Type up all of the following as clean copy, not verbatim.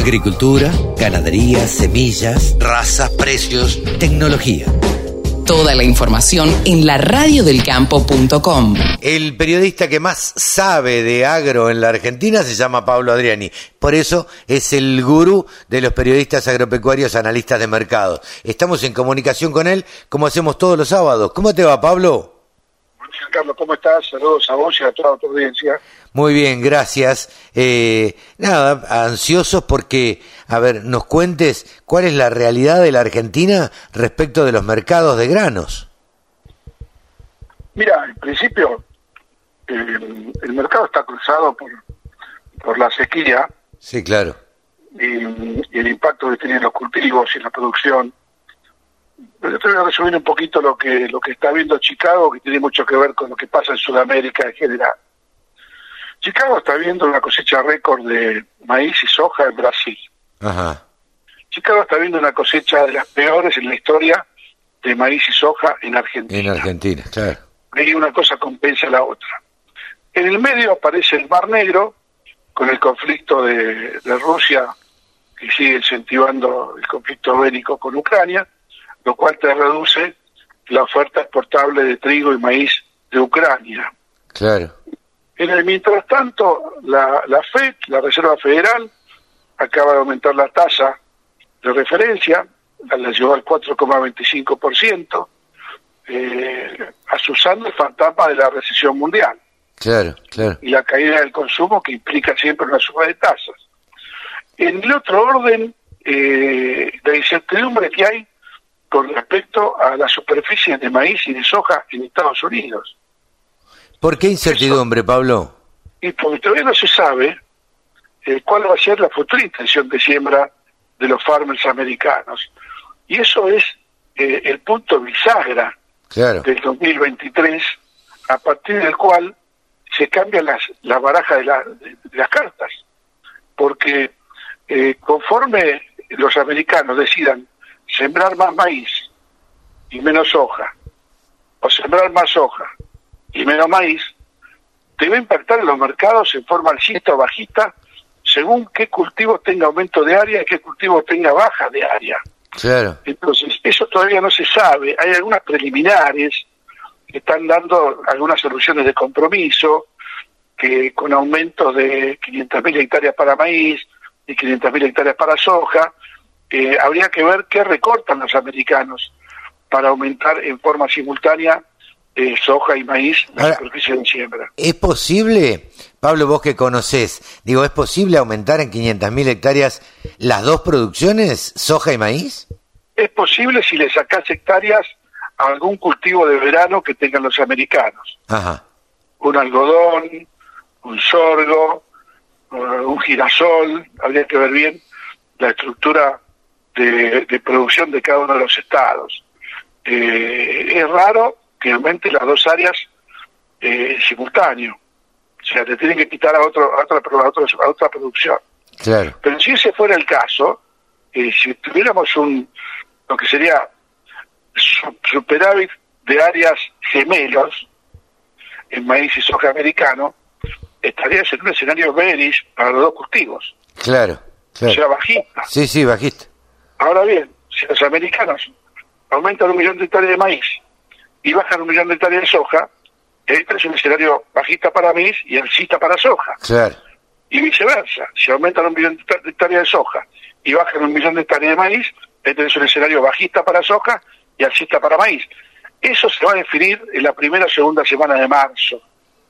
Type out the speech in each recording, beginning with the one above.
Agricultura, ganadería, semillas, razas, precios, tecnología. Toda la información en laradiodelcampo.com. El periodista que más sabe de agro en la Argentina se llama Pablo Adriani. Por eso es el gurú de los periodistas agropecuarios analistas de mercado. Estamos en comunicación con él como hacemos todos los sábados. ¿Cómo te va, Pablo? Carlos, ¿cómo estás? Saludos a vos y a toda tu audiencia. Muy bien, gracias. Ansiosos porque, nos cuentes cuál es la realidad de la Argentina respecto de los mercados de granos. Mira, en principio, el mercado está cruzado por la sequía. Sí, claro. Y el impacto que tienen los cultivos y la producción. Pero te voy a resumir un poquito lo que está viendo Chicago, que tiene mucho que ver con lo que pasa en Sudamérica en general. Chicago está viendo una cosecha récord de maíz y soja en Brasil. Ajá. Chicago está viendo una cosecha de las peores en la historia de maíz y soja en Argentina. En Argentina, claro. Ahí una cosa compensa la otra. En el medio aparece el Mar Negro, con el conflicto de Rusia, que sigue incentivando el conflicto bélico con Ucrania, lo cual te reduce la oferta exportable de trigo y maíz de Ucrania. Claro. Mientras tanto, la FED, la Reserva Federal, acaba de aumentar la tasa de referencia, la llevó al 4,25%, asusando el fantasma de la recesión mundial. Claro, claro. Y la caída del consumo, que implica siempre una suba de tasas. En el otro orden, la incertidumbre que hay con respecto a las superficies de maíz y de soja en Estados Unidos. ¿Por qué incertidumbre, Pablo? Y porque todavía no se sabe cuál va a ser la futura intención de siembra de los farmers americanos. Y eso es el punto bisagra, claro, del 2023, a partir del cual se cambia la baraja de las cartas. Porque conforme los americanos decidan sembrar más maíz y menos soja, o sembrar más soja y menos maíz, te va a impactar en los mercados en forma alcista o bajista, según qué cultivo tenga aumento de área y qué cultivo tenga baja de área. Claro. Entonces, eso todavía no se sabe. Hay algunas preliminares que están dando algunas soluciones de compromiso, que con aumentos de 500.000 hectáreas para maíz y 500.000 hectáreas para soja, habría que ver qué recortan los americanos para aumentar en forma simultánea soja y maíz la superficie de siembra. ¿Es posible, Pablo, vos que conocés, ¿es posible aumentar en 500.000 hectáreas las dos producciones, soja y maíz? Es posible si le sacás hectáreas a algún cultivo de verano que tengan los americanos. Ajá. Un algodón, un sorgo, un girasol, habría que ver bien la estructura de producción de cada uno de los estados. Es raro que aumente las dos áreas simultáneo. O sea, te tienen que quitar a otra producción. Claro. Pero si ese fuera el caso, si tuviéramos lo que sería superávit de áreas gemelos en maíz y soja americano, estarías en un escenario bearish para los dos cultivos. Claro, claro. O sea, bajista. Sí, bajista. Ahora bien, si los americanos aumentan 1 millón de hectáreas de maíz y bajan 1 millón de hectáreas de soja, este es un escenario bajista para maíz y alcista para soja. Claro. Y viceversa, si aumentan 1 millón de hectáreas de soja y bajan 1 millón de hectáreas de maíz, este es un escenario bajista para soja y alcista para maíz. Eso se va a definir en la primera o segunda semana de marzo.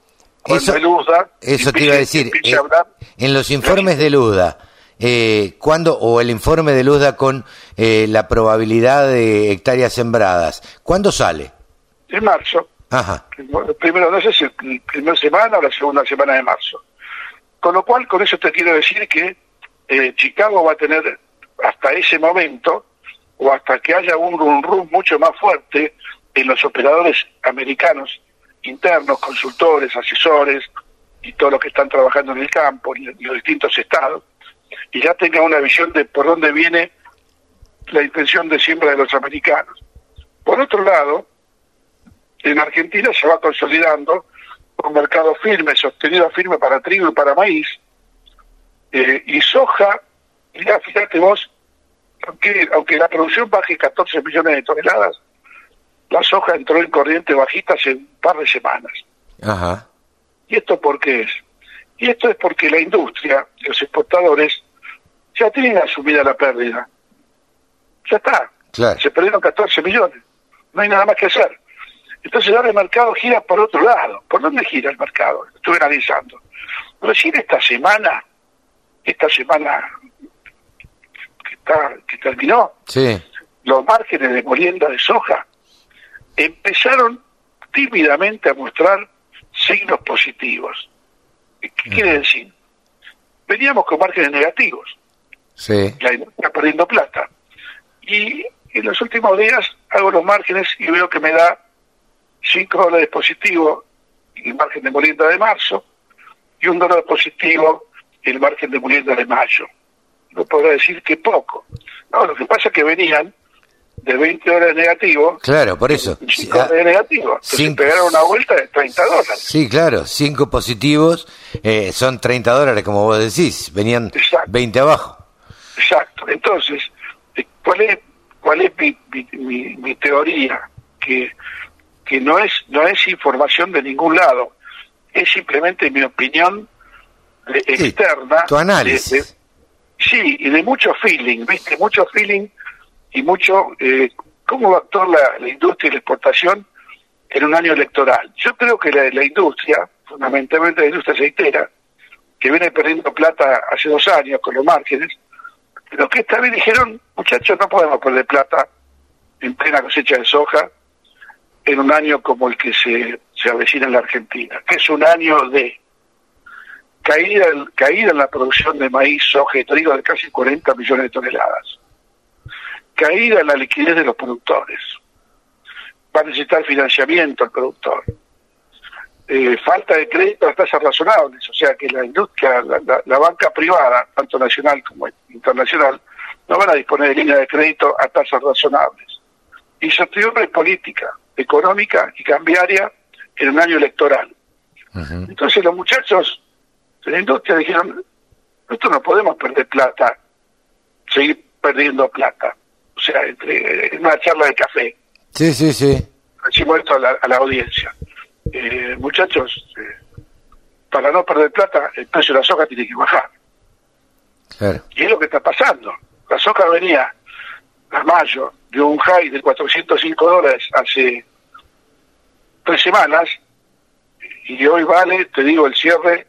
Eso te iba a decir, en los informes de LUDA, ¿cuándo, o el informe de LUDA con la probabilidad de hectáreas sembradas, ¿cuándo sale? En marzo. Ajá. Primero, no sé si la primera semana o la segunda semana de marzo. Con lo cual, con eso te quiero decir que Chicago va a tener hasta ese momento, o hasta que haya un run mucho más fuerte en los operadores americanos internos, consultores, asesores y todos los que están trabajando en el campo, en los distintos estados, y ya tengan una visión de por dónde viene la intención de siembra de los americanos. Por otro lado, en Argentina se va consolidando un mercado firme, sostenido firme para trigo y para maíz, y soja Ya, fíjate vos, aunque la producción baje 14 millones de toneladas, la soja entró en corriente bajista hace un par de semanas. Ajá. ¿Y esto por qué es? Y esto es porque la industria, los exportadores, ya tienen asumida la pérdida. Ya está. Claro. Se perdieron 14 millones. No hay nada más que hacer. Entonces ahora el mercado gira por otro lado. ¿Por dónde gira el mercado? Estuve analizando. Recién esta semana que terminó, sí, los márgenes de molienda de soja empezaron tímidamente a mostrar signos positivos. ¿Qué quiere decir? Veníamos con márgenes negativos. Sí. La industria perdiendo plata. Y en los últimos días hago los márgenes y veo que me da $5 positivo el margen de molienda de marzo y $1 positivo el margen de molienda de mayo. No podrá decir que poco. No, lo que pasa es que venían de $20 negativo. Claro, por eso. $5 negativo. Entonces pegaron una vuelta de $30. Sí, claro, 5 positivos son $30, como vos decís. Venían Exacto. 20 abajo. Exacto. Entonces, ¿cuál es mi teoría? Que no es información de ningún lado, es simplemente mi opinión externa. Tu análisis. Sí, y de mucho feeling, ¿viste? Mucho feeling y mucho cómo va a actuar la industria y la exportación en un año electoral. Yo creo que la industria, fundamentalmente la industria aceitera, que viene perdiendo plata hace 2 años con los márgenes, pero que esta vez dijeron, muchachos, no podemos perder plata en plena cosecha de soja en un año como el que se avecina en la Argentina, que es un año de caída en la producción de maíz, soja y trigo de casi 40 millones de toneladas, caída en la liquidez de los productores, va a necesitar financiamiento el productor, falta de crédito a tasas razonables, o sea que la industria, la banca privada, tanto nacional como internacional, no van a disponer de líneas de crédito a tasas razonables. Incertidumbre política, económica y cambiaria en un año electoral. Uh-huh. Entonces los muchachos de la industria dijeron, nosotros no podemos perder plata, seguir perdiendo plata. O sea, en una charla de café. Sí. Decimos esto a la audiencia. Muchachos, para no perder plata, el precio de la soja tiene que bajar. Claro. Y es lo que está pasando. La soja venía a mayo de un high de $405 hace 3 semanas y hoy vale, te digo, el cierre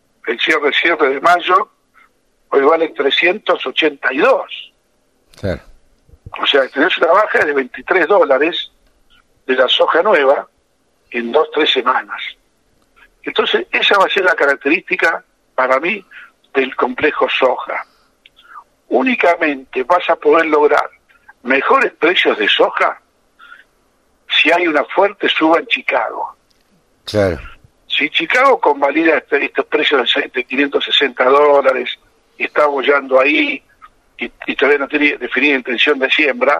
de mayo, hoy vale 382. Claro. O sea, tenés una baja de $23 de la soja nueva en 2-3 semanas. Entonces, esa va a ser la característica, para mí, del complejo soja. Únicamente vas a poder lograr mejores precios de soja si hay una fuerte suba en Chicago. Claro. Si Chicago convalida estos precios de $560 y está bollando ahí y todavía no tiene definida intención de siembra,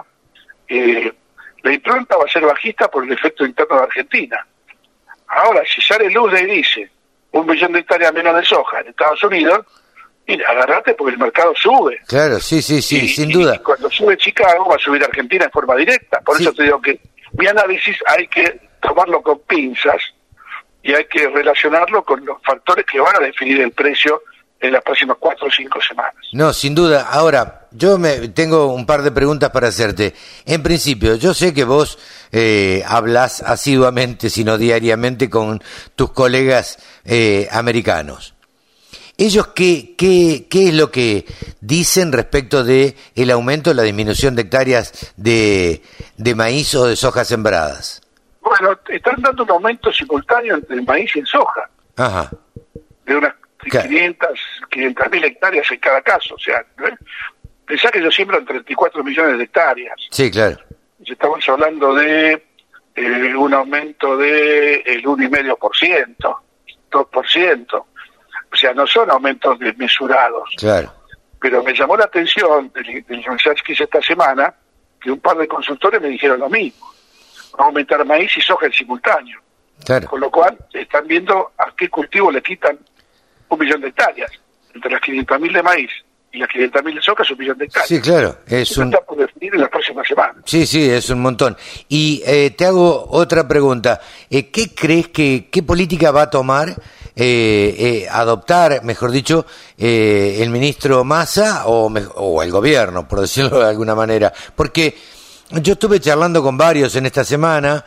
la impronta va a ser bajista por el efecto interno de Argentina. Ahora, si sale Lula y dice 1 millón de hectáreas menos de soja en Estados Unidos, mira, agarrate porque el mercado sube. Claro, sí, sin duda. Y cuando sube Chicago va a subir Argentina en forma directa. Por eso te digo que mi análisis hay que tomarlo con pinzas y hay que relacionarlo con los factores que van a definir el precio en las próximas 4 o 5 semanas. No, sin duda. Ahora, yo tengo un par de preguntas para hacerte. En principio, yo sé que vos hablas asiduamente, sino diariamente, con tus colegas americanos. ¿Ellos qué es lo que dicen respecto de el aumento o la disminución de hectáreas de maíz o de soja sembradas? Bueno, están dando un aumento simultáneo entre el maíz y el soja. Ajá. De unas 500.000 hectáreas en cada caso. O sea, pensá que ellos siembran 34 millones de hectáreas. Sí, claro. Estamos hablando de un aumento de el 1,5%, 2%. O sea, no son aumentos desmesurados. Claro. Pero me llamó la atención del research que hice esta semana que un par de consultores me dijeron lo mismo. Va a aumentar maíz y soja en simultáneo. Claro. Con lo cual, están viendo a qué cultivo le quitan 1 millón de hectáreas. Entre las 500.000 de maíz y las 500.000 de soja es 1 millón de hectáreas. Sí, claro. Eso está por definir en las próximas semanas. Sí, es un montón. Y te hago otra pregunta. ¿Qué crees qué política va a tomar, adoptar, mejor dicho, el ministro Massa o el gobierno, por decirlo de alguna manera? Porque yo estuve charlando con varios en esta semana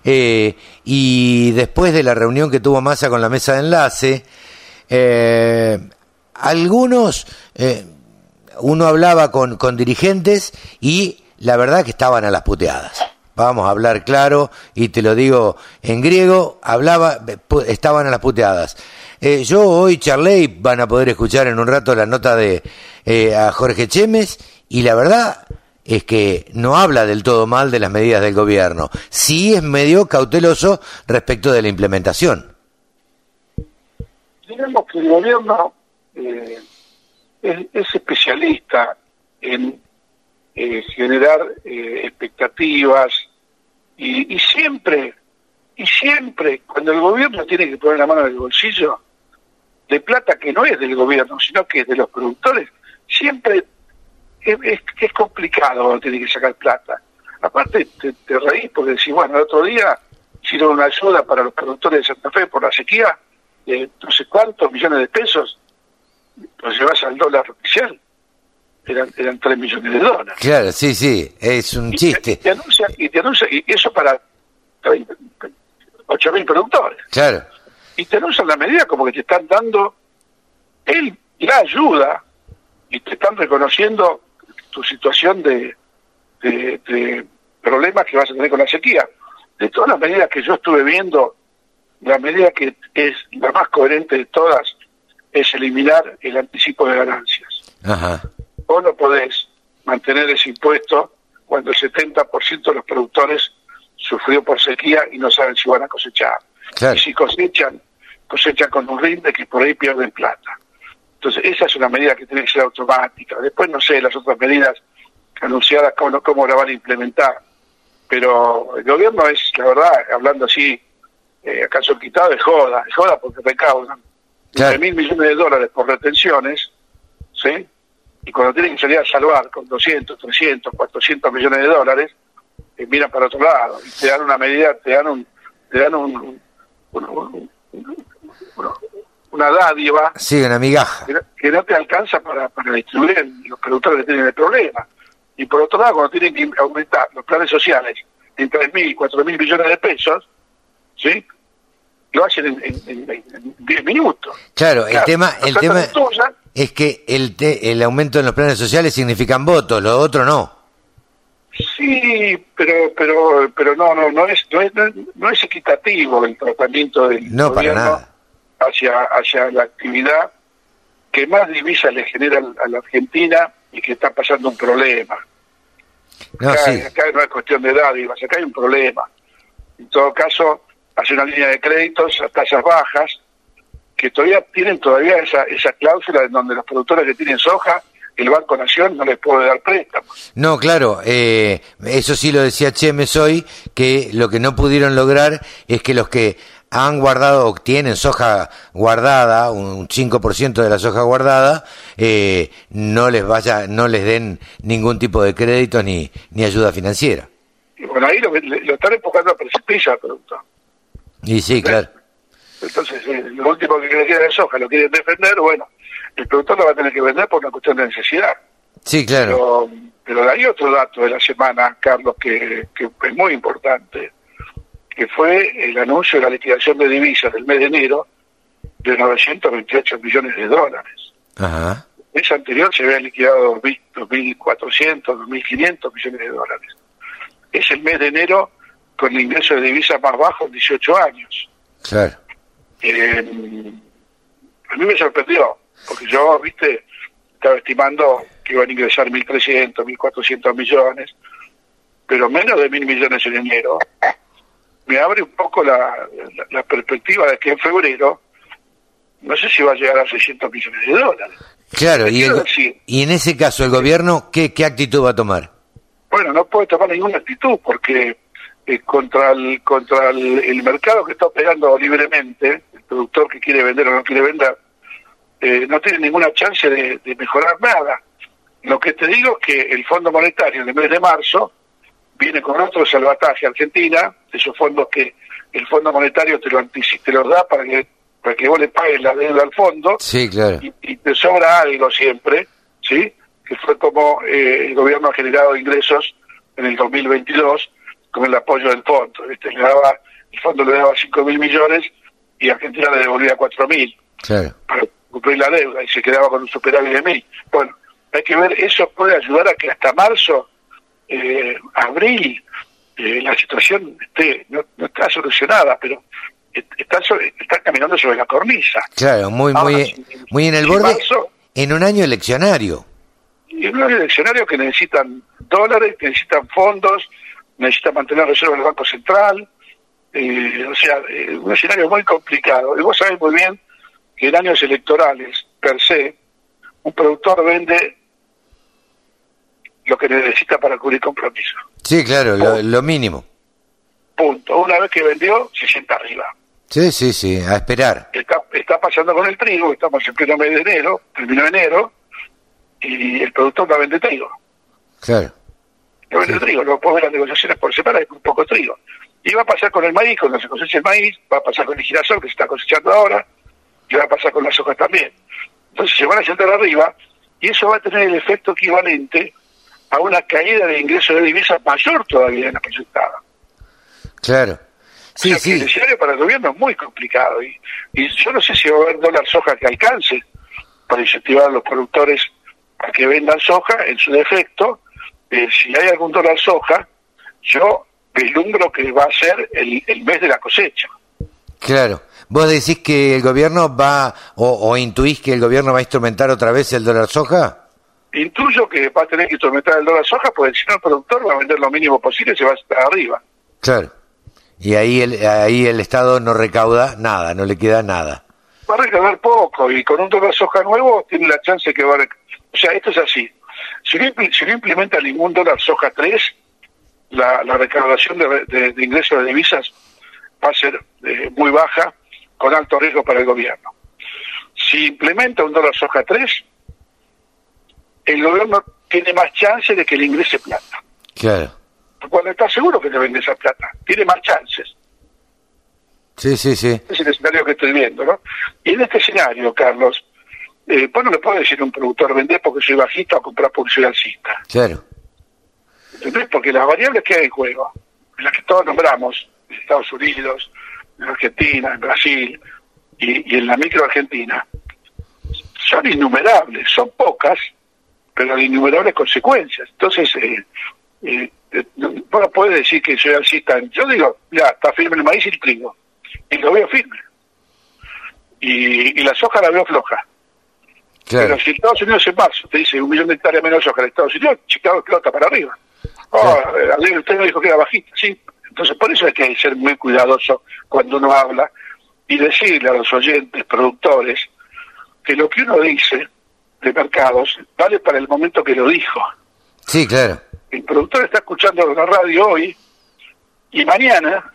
y después de la reunión que tuvo Massa con la mesa de enlace, algunos, uno hablaba con dirigentes y la verdad que estaban a las puteadas. Vamos a hablar claro y te lo digo en griego, estaban a las puteadas. Yo hoy charlé y van a poder escuchar en un rato la nota de a Jorge Chemes y la verdad es que no habla del todo mal de las medidas del gobierno. Sí es medio cauteloso respecto de la implementación. Digamos que el gobierno es especialista en generar expectativas y siempre cuando el gobierno tiene que poner la mano en el bolsillo de plata que no es del gobierno sino que es de los productores, siempre es complicado cuando tiene que sacar plata. Aparte te reís porque decís, bueno, el otro día hicieron una ayuda para los productores de Santa Fe por la sequía de no sé cuántos millones de pesos, lo llevas al dólar oficial, eran 3 millones de dólares. Claro, sí, es un chiste. Y te anuncia, y eso para 8.000 productores. Claro. Y te anuncian la medida como que te están dando la ayuda y te están reconociendo tu situación de problemas que vas a tener con la sequía. De todas las medidas que yo estuve viendo, la medida que es la más coherente de todas es eliminar el anticipo de ganancias. Ajá. Vos no podés mantener ese impuesto cuando el 70% de los productores sufrió por sequía y no saben si van a cosechar. Claro. Y si cosechan con un rinde que por ahí pierden plata. Entonces esa es una medida que tiene que ser automática. Después no sé las otras medidas anunciadas cómo la van a implementar. Pero el gobierno es, la verdad, hablando así, acá son quitados, es joda porque recaudan 3.000 millones de dólares por retenciones, ¿sí? Y cuando tienen que salir a salvar con 200, 300, 400 millones de dólares, miran para otro lado y te dan una medida, te dan una dádiva, sí, una migaja que no te alcanza para distribuir en los productores que tienen el problema. Y por otro lado, cuando tienen que aumentar los planes sociales en 3.000, 4.000 millones de pesos, ¿sí? Lo hacen en 10 minutos. Claro, el tema es que el aumento en los planes sociales significan votos, lo otro no. Sí, pero no es equitativo el tratamiento del gobierno para nada hacia la actividad que más divisas le genera a la Argentina y que está pasando un problema. Acá no es cuestión de dádivas, acá hay un problema. En todo caso, hace una línea de créditos a tasas bajas que tienen esa cláusula en donde los productores que tienen soja, el Banco Nación no les puede dar préstamos. No, claro, eso sí lo decía Chemes hoy, que lo que no pudieron lograr es que los que han guardado o tienen soja guardada, un 5% de la soja guardada, no les den ningún tipo de crédito ni ayuda financiera. Y bueno, ahí lo están empujando al precipicio al productor. Y sí, claro. Entonces, lo último que le queda de soja, lo quieren defender, bueno, el productor lo va a tener que vender por una cuestión de necesidad. Sí, claro. Pero hay otro dato de la semana, Carlos, que es muy importante, que fue el anuncio de la liquidación de divisas del mes de enero de 928 millones de dólares. Ajá. El mes anterior se había liquidado 2.400, 2.500 millones de dólares. Es el mes de enero con el ingreso de divisas más bajo en 18 años. Claro. A mí me sorprendió, porque yo, estaba estimando que iban a ingresar 1.300, 1.400 millones, pero menos de 1.000 millones en enero. Me abre un poco la perspectiva de que en febrero no sé si va a llegar a 600 millones de dólares. Claro, y en ese caso, ¿el gobierno qué actitud va a tomar? Bueno, no puede tomar ninguna actitud porque contra el mercado que está operando libremente, el productor que quiere vender o no quiere vender, no tiene ninguna chance de mejorar nada. Lo que te digo es que el Fondo Monetario en el mes de marzo viene con otro salvataje a Argentina, esos fondos que el Fondo Monetario te los da para que vos le pagues la deuda al fondo. Sí, claro. Y te sobra algo siempre, ¿sí? Que fue como el gobierno ha generado ingresos en el 2022 con el apoyo del fondo. El fondo le daba 5.000 millones y Argentina le devolvía 4.000 para cumplir la deuda y se quedaba con un superávit de 1.000. Bueno, hay que ver, eso puede ayudar a que hasta marzo, abril, la situación no está solucionada, pero está caminando sobre la cornisa. Claro, muy en el borde, marzo, en un año eleccionario. En un año eleccionario que necesitan dólares, que necesitan fondos, necesitan mantener reservas del Banco Central, un escenario muy complicado. Y vos sabés muy bien que en años electorales, per se, un productor vende lo que necesita para cubrir compromisos. Sí, claro, lo mínimo. Punto. Una vez que vendió, se sienta arriba. Sí, a esperar. Está pasando con el trigo, estamos en pleno mes de enero, terminó enero, y el productor no vende trigo. Claro. No vende trigo, no puedo ver las negociaciones por separado, hay muy poco trigo. Y va a pasar con el maíz, cuando se cosecha el maíz, va a pasar con el girasol, que se está cosechando ahora, y va a pasar con las hojas también. Entonces se van a sentar arriba, y eso va a tener el efecto equivalente a una caída de ingresos de divisas mayor todavía en la proyectada. Claro. Sí, o sea, que el escenario para el gobierno es muy complicado. Y yo no sé si va a haber dólar soja que alcance para incentivar a los productores a que vendan soja. En su defecto, si hay algún dólar soja, yo vislumbro que va a ser el mes de la cosecha. Claro. ¿Vos decís que el gobierno va, o intuís que el gobierno va a instrumentar otra vez el dólar soja? Intuyo que va a tener que instrumentar el dólar soja, porque si no el productor va a vender lo mínimo posible y se va a estar arriba. Claro. Y ahí el Estado no recauda nada, no le queda nada. Va a recaudar poco, y con un dólar soja nuevo tiene la chance que va a... O sea, esto es así. Si no implementa ningún dólar soja 3, la recaudación de ingresos de divisas va a ser muy baja, con alto riesgo para el gobierno. Si implementa un dólar soja 3, el gobierno tiene más chance de que le ingrese plata. Claro. Cuando está seguro que le vende esa plata, tiene más chances. Sí. Es el escenario que estoy viendo, ¿no? Y en este escenario, Carlos, vos no le puedes decir a un productor vender porque soy bajista o comprar porque soy alcista. Claro. ¿Entendés? Porque las variables que hay en juego, en las que todos nombramos, en Estados Unidos, en Argentina, en Brasil y en la micro Argentina, son innumerables, son pocas, pero de innumerables consecuencias. Entonces, vos no podés decir que soy alcista. Yo digo, ya, está firme el maíz y el trigo, y lo veo firme. Y la soja la veo floja. Claro. Pero si Estados Unidos en marzo te dice 1 millón de hectáreas menos de soja en Estados Unidos, Chicago explota para arriba. Ayer usted me dijo que era bajista, sí. Entonces, por eso hay que ser muy cuidadoso cuando uno habla y decirle a los oyentes, productores, que lo que uno dice de mercados vale para el momento que lo dijo. Sí, claro. El productor está escuchando la radio hoy y mañana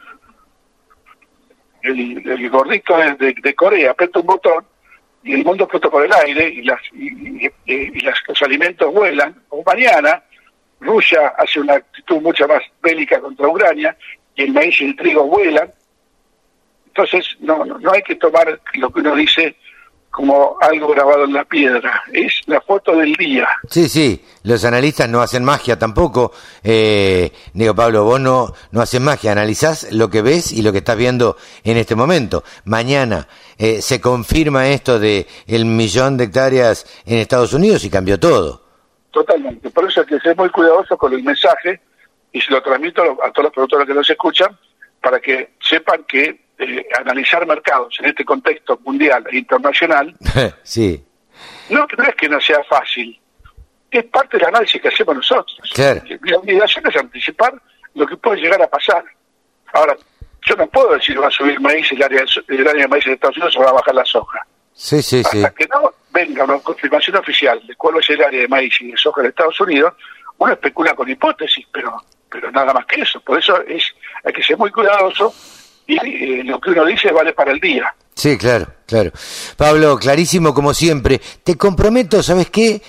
el gordito de Corea aprieta un botón y el mundo explota por el aire y los alimentos vuelan. O mañana Rusia hace una actitud mucho más bélica contra Ucrania y el maíz y el trigo vuelan. Entonces no hay que tomar lo que uno dice como algo grabado en la piedra, es la foto del día. Sí, los analistas no hacen magia tampoco. Digo, Pablo, vos no haces magia, analizás lo que ves y lo que estás viendo en este momento. Mañana se confirma esto de 1 millón de hectáreas en Estados Unidos y cambió todo. Totalmente, por eso hay que ser muy cuidadoso con el mensaje y se lo transmito a todos los productores que nos escuchan para que sepan que analizar mercados en este contexto mundial e internacional sí. no es que no sea fácil, es parte del análisis que hacemos nosotros. Claro. Mi obligación es anticipar lo que puede llegar a pasar. Ahora, yo no puedo decir va a subir maíz, el área de maíz de Estados Unidos o va a bajar la soja. Hasta que no venga una confirmación oficial de cuál es el área de maíz y de soja de Estados Unidos, uno especula con hipótesis, pero nada más que eso. Por eso hay que ser muy cuidadoso y lo que uno dice vale para el día. Sí, claro. Pablo, clarísimo como siempre. Te comprometo, ¿sabes qué?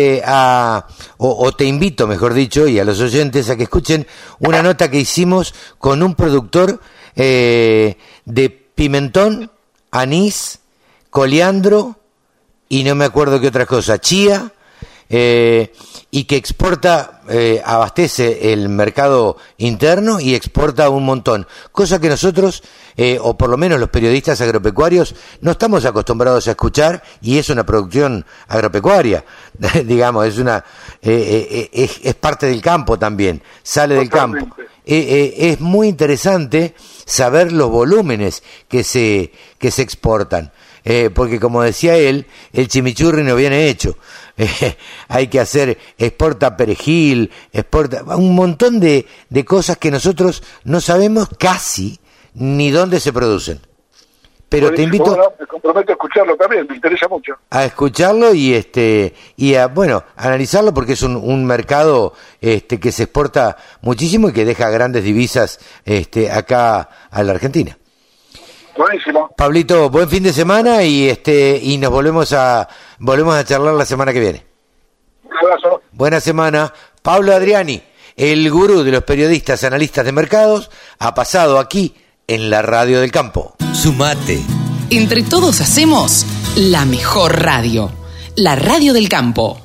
O te invito, mejor dicho, y a los oyentes a que escuchen una nota que hicimos con un productor de pimentón, anís, coliandro y no me acuerdo qué otra cosa, chía, y que exporta, abastece el mercado interno y exporta un montón, cosa que nosotros, o por lo menos los periodistas agropecuarios, no estamos acostumbrados a escuchar, y es una producción agropecuaria, digamos, es parte del campo también, sale del campo. Es muy interesante saber los volúmenes que se exportan. Porque como decía él, el chimichurri no viene hecho. Hay que exporta perejil, exporta un montón de cosas que nosotros no sabemos casi ni dónde se producen. Pero te invito, bueno, me comprometo a escucharlo también, me interesa mucho. A escucharlo y a analizarlo, porque es un mercado que se exporta muchísimo y que deja grandes divisas acá a la Argentina. Buenísimo. Pablito, buen fin de semana y nos volvemos a charlar la semana que viene. Un abrazo. Buena semana. Pablo Adriani, el gurú de los periodistas analistas de mercados, ha pasado aquí en la Radio del Campo. Sumate. Entre todos hacemos la mejor radio, la Radio del Campo.